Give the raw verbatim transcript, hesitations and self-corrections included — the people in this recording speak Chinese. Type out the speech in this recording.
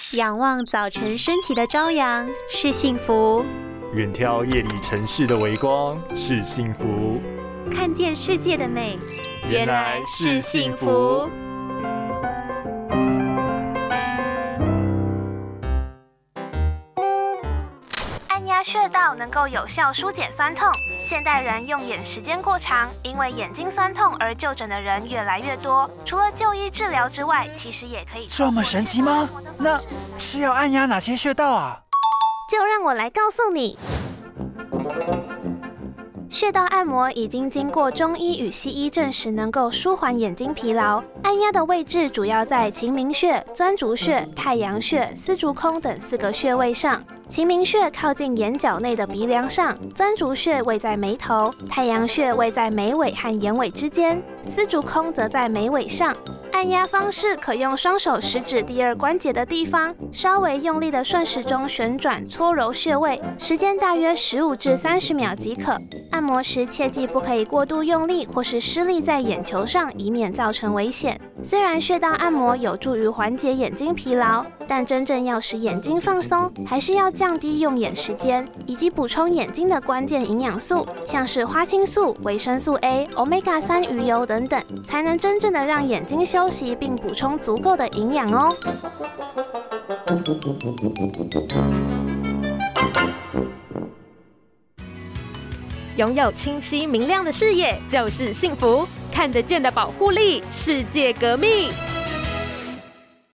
仰望早晨升起的朝阳是幸福， 远眺夜里城市的微光是幸福， 看见世界的美原来是幸福。 按压穴道能够有效疏解酸痛，现代人用眼时间过长，因为眼睛酸痛而就诊的人越来越多。除了就医治疗之外，其实也可以这么神奇吗？那是要按压哪些穴道啊？ 就让我来告诉你。穴道按摩已经经过中医与西医证实能够舒缓眼睛疲劳，按压的位置主要在睛明穴、钻竹穴、太阳穴、丝竹空等四个穴位上。睛明穴靠近眼角内的鼻梁上，钻竹穴位在眉头，太阳穴位在眉尾和眼尾之间，丝竹空则在眉尾上。按压方式可用双手食指第二关节的地方，稍微用力的顺时钟旋转搓揉穴位，时间大约十五至三十秒即可。按摩时切记不可以过度用力或是施力在眼球上，以免造成危险。虽然穴道按摩有助于缓解眼睛疲劳，但真正要使眼睛放松，还是要降低用眼时间，以及补充眼睛的关键营养素，像是花青素、维生素 A、欧米伽三 鱼油等等，才能真正的让眼睛休息并补充足够的营养哦。 拥有清晰明亮的视野就是幸福，看得见的保护力，世界革命。